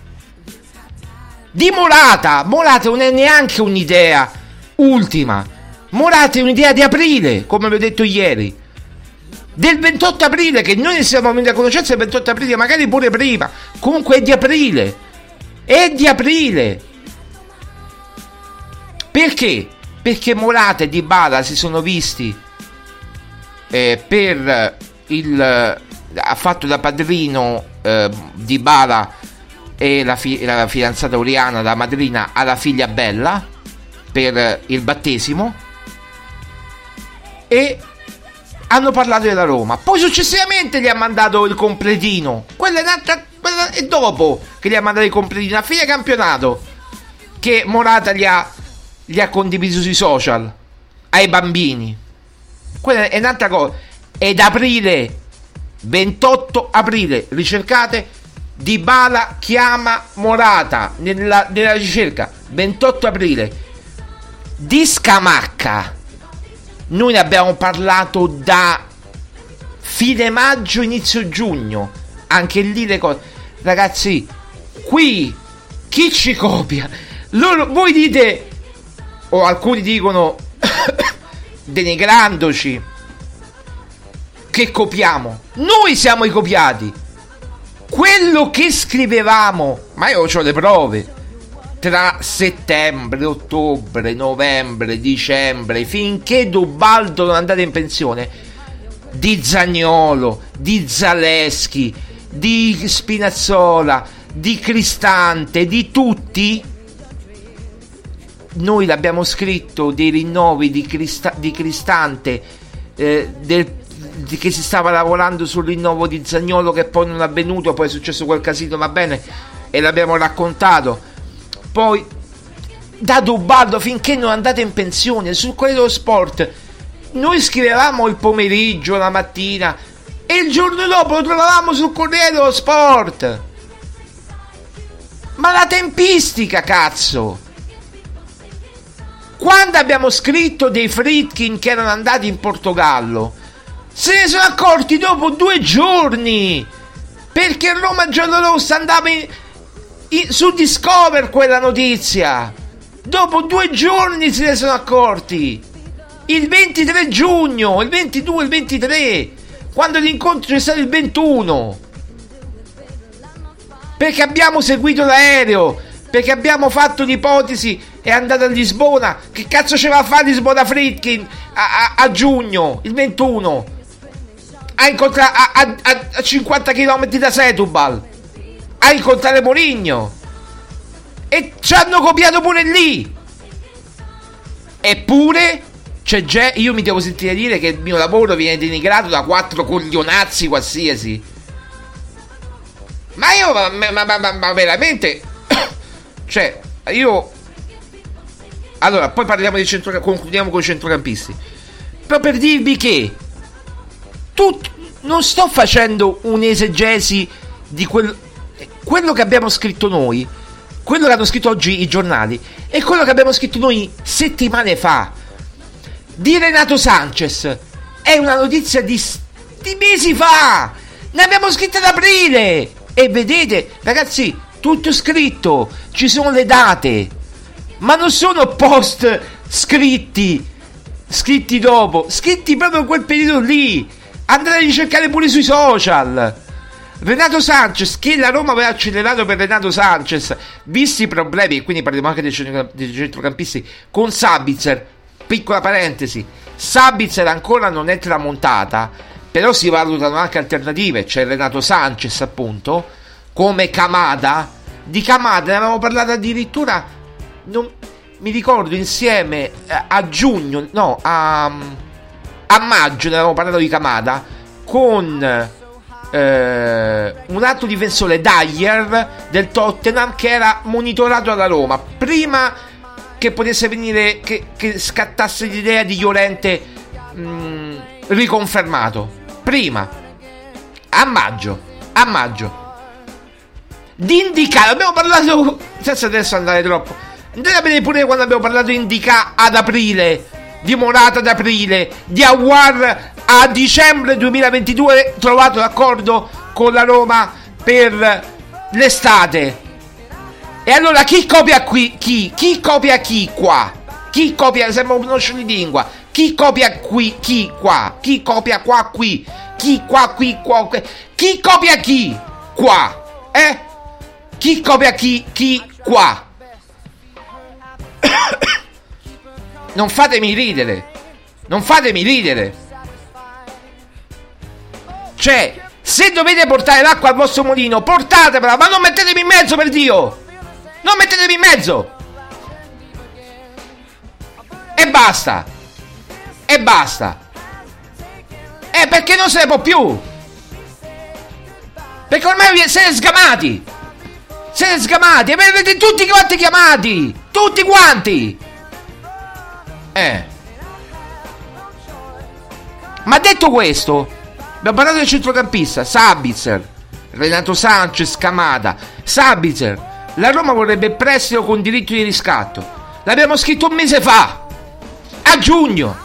Di Morata non è neanche un'idea ultima. Morata è un'idea di aprile, come vi ho detto ieri, del 28 aprile, che noi ne siamo venuti a conoscenza il 28 aprile, magari pure prima. Comunque è di aprile. Perché? Perché Morata e Dybala si sono visti ha fatto da padrino Dybala e la fidanzata Oriana, la madrina, alla figlia Bella per il battesimo, e hanno parlato della Roma. Poi successivamente gli ha mandato il completino, quella è dopo che gli ha mandato il completino a fine campionato, che Morata gli ha condiviso sui social ai bambini. Quella è un'altra cosa. Ed aprile, 28 aprile, ricercate Dybala chiama Morata nella ricerca, 28 aprile. Di Scamacca noi ne abbiamo parlato da fine maggio, inizio giugno. Anche lì le cose, ragazzi, qui chi ci copia? Voi dite, o alcuni dicono denigrandoci, che copiamo. Noi siamo i copiati. Quello che scrivevamo, ma io ho le prove, tra settembre, ottobre, novembre, dicembre, finché Dubaldo non è andato in pensione, di Zaniolo, di Zaleschi, di Spinazzola, di Cristante, di tutti, noi l'abbiamo scritto, dei rinnovi di Cristante, che si stava lavorando sul rinnovo di Zaniolo, che poi non è avvenuto, poi è successo quel casino, va bene, e l'abbiamo raccontato. Poi da Dubaldo finché non è andato in pensione, sul Corriere dello Sport noi scrivevamo il pomeriggio, la mattina, e il giorno dopo lo trovavamo sul Corriere dello Sport. Ma la tempistica, cazzo! Quando abbiamo scritto dei Friedkin che erano andati in Portogallo, se ne sono accorti dopo 2 giorni, perché Roma giallorossa andava su Discover quella notizia. Dopo 2 giorni se ne sono accorti, il 23 giugno, il 22, il 23, quando l'incontro è stato il 21, perché abbiamo seguito l'aereo, perché abbiamo fatto l'ipotesi, è andato a Lisbona. Che cazzo ce va a fare Lisbona Friedkin a giugno, il 21, a incontrare a 50 km da Setúbal, a incontrare Mourinho, e ci hanno copiato pure lì. Eppure io mi devo sentire dire che il mio lavoro viene denigrato da 4 coglionazzi qualsiasi. Ma io ma veramente cioè io, allora poi parliamo di concludiamo con i centrocampisti, però per dirvi che non sto facendo un'esegesi di quello che abbiamo scritto noi, quello che hanno scritto oggi i giornali e quello che abbiamo scritto noi settimane fa. Di Renato Sanchez è una notizia di mesi fa, ne abbiamo scritte ad aprile, e vedete ragazzi, tutto scritto, ci sono le date, ma non sono post scritti scritti dopo, scritti proprio in quel periodo lì. Andate a ricercare pure sui social. Renato Sanchez, che la Roma aveva accelerato per Renato Sanchez, visti i problemi, e quindi parliamo anche dei centrocampisti, con Sabitzer. Piccola parentesi, Sabitzer ancora non è tramontata, però si valutano anche alternative. C'è Renato Sanchez, appunto, come Kamada. Di Kamada ne avevamo parlato addirittura, non mi ricordo, insieme a giugno, no, a maggio ne avevamo parlato di Kamada con un altro difensore, Dyer, del Tottenham, che era monitorato alla Roma prima che potesse venire, che scattasse l'idea di Llorente riconfermato. Prima, a maggio di Indicare abbiamo parlato, senza adesso andare troppo, andate a vedere pure quando abbiamo parlato di Indicare ad aprile, di Morata ad aprile, di Aouar a dicembre 2022, trovato d'accordo con la Roma per l'estate. E allora chi copia qui? Chi copia chi qua? Chi copia, sembra uno scioglilingua, chi copia qui, chi qua? Chi copia qua, qui? Chi qua, qui, qua? Chi copia chi? Qua? Chi copia chi qua? Non fatemi ridere. Cioè, se dovete portare l'acqua al vostro mulino, portatevela, ma non mettetemi in mezzo, per Dio! Non mettetemi in mezzo! E basta! Perché non se ne può più! Perché ormai siete sgamati! E avete tutti quanti chiamati! Tutti quanti! Ma detto questo, abbiamo parlato del centrocampista Sabitzer, Renato Sanchez, Kamada. Sabitzer, la Roma vorrebbe prestito con diritto di riscatto. L'abbiamo scritto un mese fa, a giugno.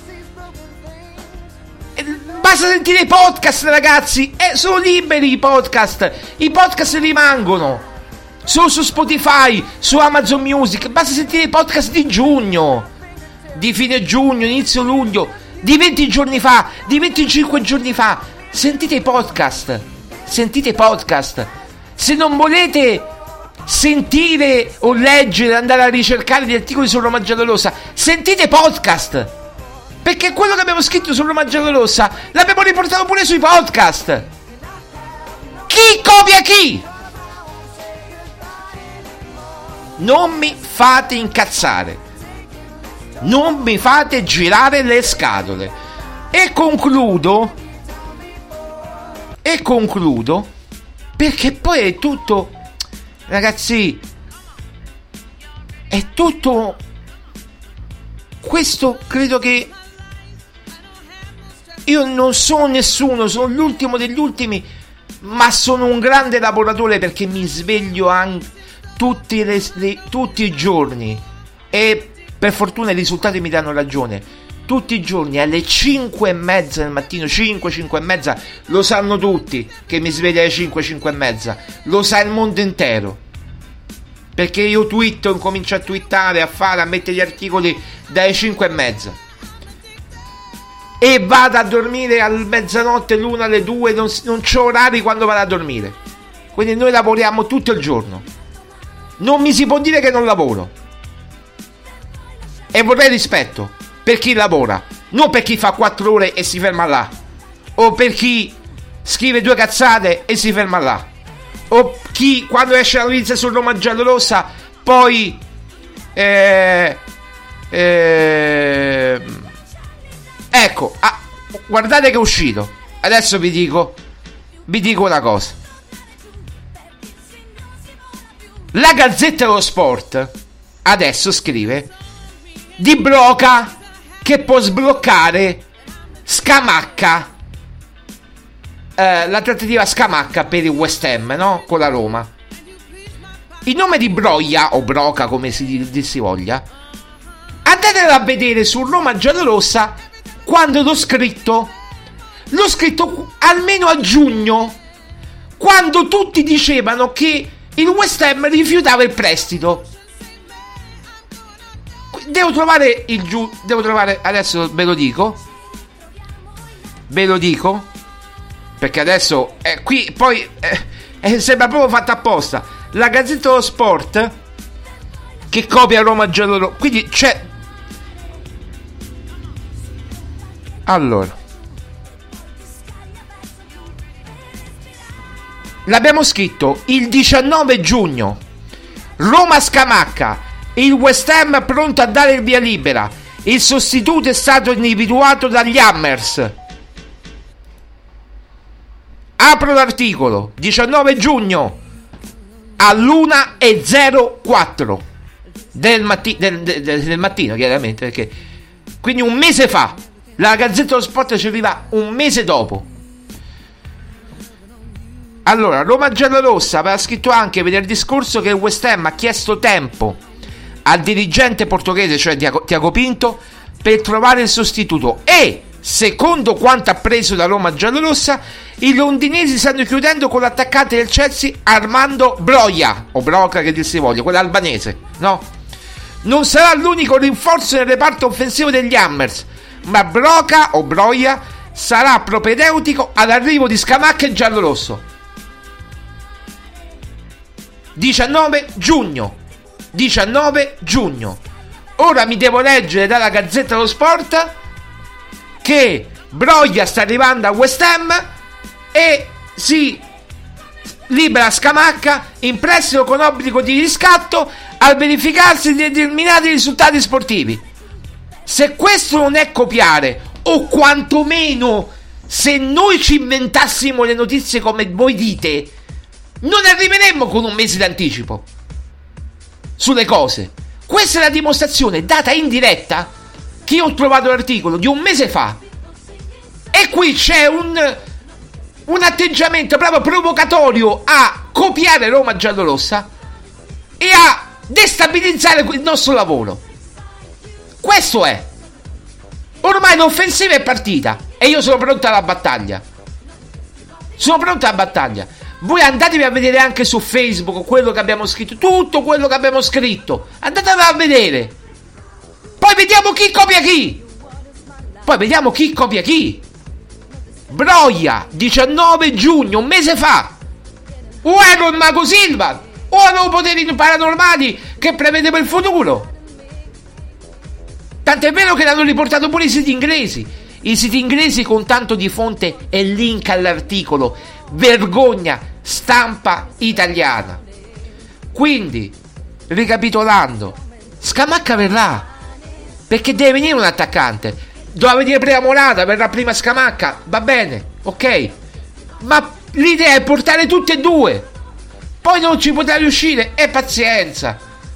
Basta sentire i podcast, ragazzi. Sono liberi i podcast rimangono. Sono su Spotify, su Amazon Music. Basta sentire i podcast di giugno, di fine giugno, inizio luglio, di 20 giorni fa, di 25 giorni fa. Sentite i podcast. Se non volete sentire o leggere, andare a ricercare gli articoli su Roma Giallorossa, sentite podcast, perché quello che abbiamo scritto su Roma Giallorossa l'abbiamo riportato pure sui podcast. Chi copia chi? Non mi fate incazzare, non mi fate girare le scatole. E concludo, perché poi è tutto, ragazzi, è tutto questo. Credo che io non sono nessuno, sono l'ultimo degli ultimi, ma sono un grande lavoratore, perché mi sveglio anche tutti i giorni, e per fortuna i risultati mi danno ragione. Tutti i giorni alle 5:30 del mattino, 5:30, lo sanno tutti che mi sveglio alle 5:30, lo sa il mondo intero, perché io incomincio a twittare, a mettere gli articoli dalle 5:30 e vado a dormire alle mezzanotte, l'1, alle 2, non c'ho orari quando vado a dormire. Quindi noi lavoriamo tutto il giorno, non mi si può dire che non lavoro, e vorrei rispetto per chi lavora, non per chi fa 4 ore e si ferma là, o per chi scrive 2 cazzate e si ferma là, o chi quando esce la notizia su Roma Giallorossa poi ecco, guardate che è uscito. Adesso vi dico una cosa. La Gazzetta dello Sport adesso scrive di Broca che può sbloccare Scamacca, la trattativa Scamacca per il West Ham, no? Con la Roma. Il nome di Broia, o Broca come si voglia, andatelo a vedere su Roma Giallorossa quando l'ho scritto almeno a giugno, quando tutti dicevano che il West Ham rifiutava il prestito. devo trovare adesso ve lo dico perché adesso qui poi sembra proprio fatta apposta. La Gazzetta dello Sport che copia Roma giallorossa, quindi c'è, allora l'abbiamo scritto il 19 giugno, Roma Scamacca, il West Ham pronto a dare il via libera, il sostituto è stato individuato dagli Hammers. Apro l'articolo, 19 giugno all'1:04 del mattino, chiaramente, perché quindi un mese fa. La Gazzetta dello Sport ci arriva un mese dopo. Allora, Roma giallorossa aveva scritto anche venerdì scorso che il West Ham ha chiesto tempo al dirigente portoghese, cioè Tiago Pinto, per trovare il sostituto, e secondo quanto appreso da Roma giallorossa, i londinesi stanno chiudendo con l'attaccante del Chelsea Armando Broja, o Broca che dir si voglia, quello albanese, no? Non sarà l'unico rinforzo nel reparto offensivo degli Hammers, ma Broca o Broja sarà propedeutico all'arrivo di Scamacca e giallorosso. 19 giugno. Ora mi devo leggere dalla Gazzetta dello Sport che Broja sta arrivando a West Ham e si libera Scamacca in prestito con obbligo di riscatto al verificarsi di determinati risultati sportivi. Se questo non è copiare, o quantomeno se noi ci inventassimo le notizie come voi dite, non arriveremmo con un mese d'anticipo sulle cose. Questa è la dimostrazione data in diretta che io ho trovato l'articolo di un mese fa, e qui c'è un atteggiamento proprio provocatorio a copiare Roma giallorossa e a destabilizzare il nostro lavoro. Questo è. Ormai l'offensiva è partita e io sono pronto alla battaglia. Voi andatevi a vedere anche su Facebook quello che abbiamo scritto, tutto quello che abbiamo scritto, andatevelo a vedere. Poi vediamo chi copia chi. Broja, 19 giugno, un mese fa. O ero il Mago Silva, o avevo poteri paranormali che prevedevo il futuro. Tant'è vero che l'hanno riportato pure i siti inglesi con tanto di fonte e link all'articolo. Vergogna, stampa italiana. Quindi, ricapitolando, Scamacca verrà perché deve venire un attaccante. Doveva venire prima Morata, verrà prima Scamacca, va bene, ok, ma l'idea è portare tutti e due. Poi non ci potrà riuscire, e pazienza,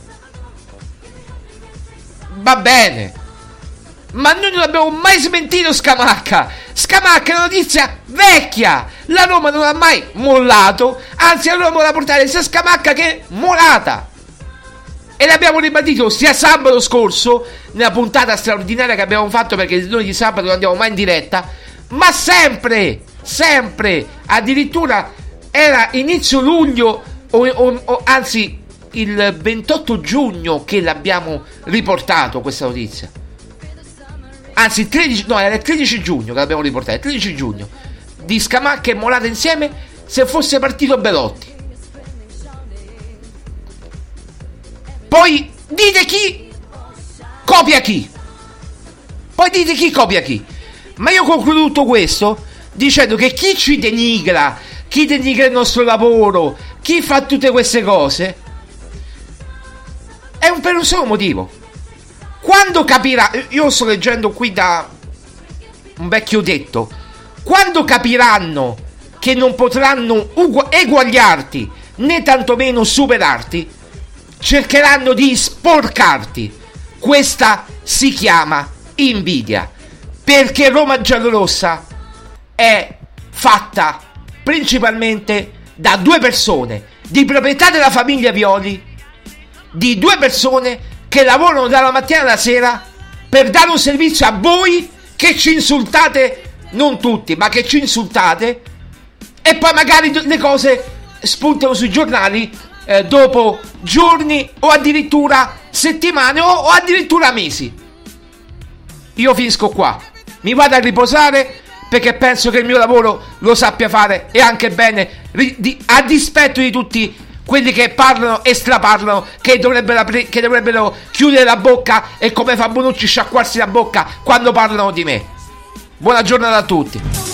va bene, ma noi non abbiamo mai smentito Scamacca è una notizia vecchia. La Roma non ha mai mollato, anzi la Roma voleva portare sia Scamacca che Morata, e l'abbiamo ribadito sia sabato scorso nella puntata straordinaria che abbiamo fatto, perché noi di sabato non andiamo mai in diretta, ma sempre, addirittura era inizio luglio o anzi il 28 giugno che l'abbiamo riportato questa notizia. Anzi era il 13 giugno che l'abbiamo riportato, il 13 giugno, di Scamacca e Morata insieme, se fosse partito Belotti. Poi dite chi copia chi. Ma io concludo tutto questo dicendo che chi ci denigra, chi denigra il nostro lavoro, chi fa tutte queste cose, è per un solo motivo. Quando capirà, io sto leggendo qui da un vecchio detto, quando capiranno che non potranno eguagliarti né tantomeno superarti, cercheranno di sporcarti. Questa si chiama invidia, perché Roma giallorossa è fatta principalmente da due persone di proprietà della famiglia Violi, di due persone che lavorano dalla mattina alla sera per dare un servizio a voi che ci insultate, non tutti, ma che ci insultate, e poi magari le cose spuntano sui giornali dopo giorni o addirittura settimane o addirittura mesi. Io finisco qua, mi vado a riposare, perché penso che il mio lavoro lo sappia fare e anche bene, a dispetto di tutti quelli che parlano e straparlano, che dovrebbero chiudere la bocca e come fa Bonucci sciacquarsi la bocca quando parlano di me. Buona giornata a tutti.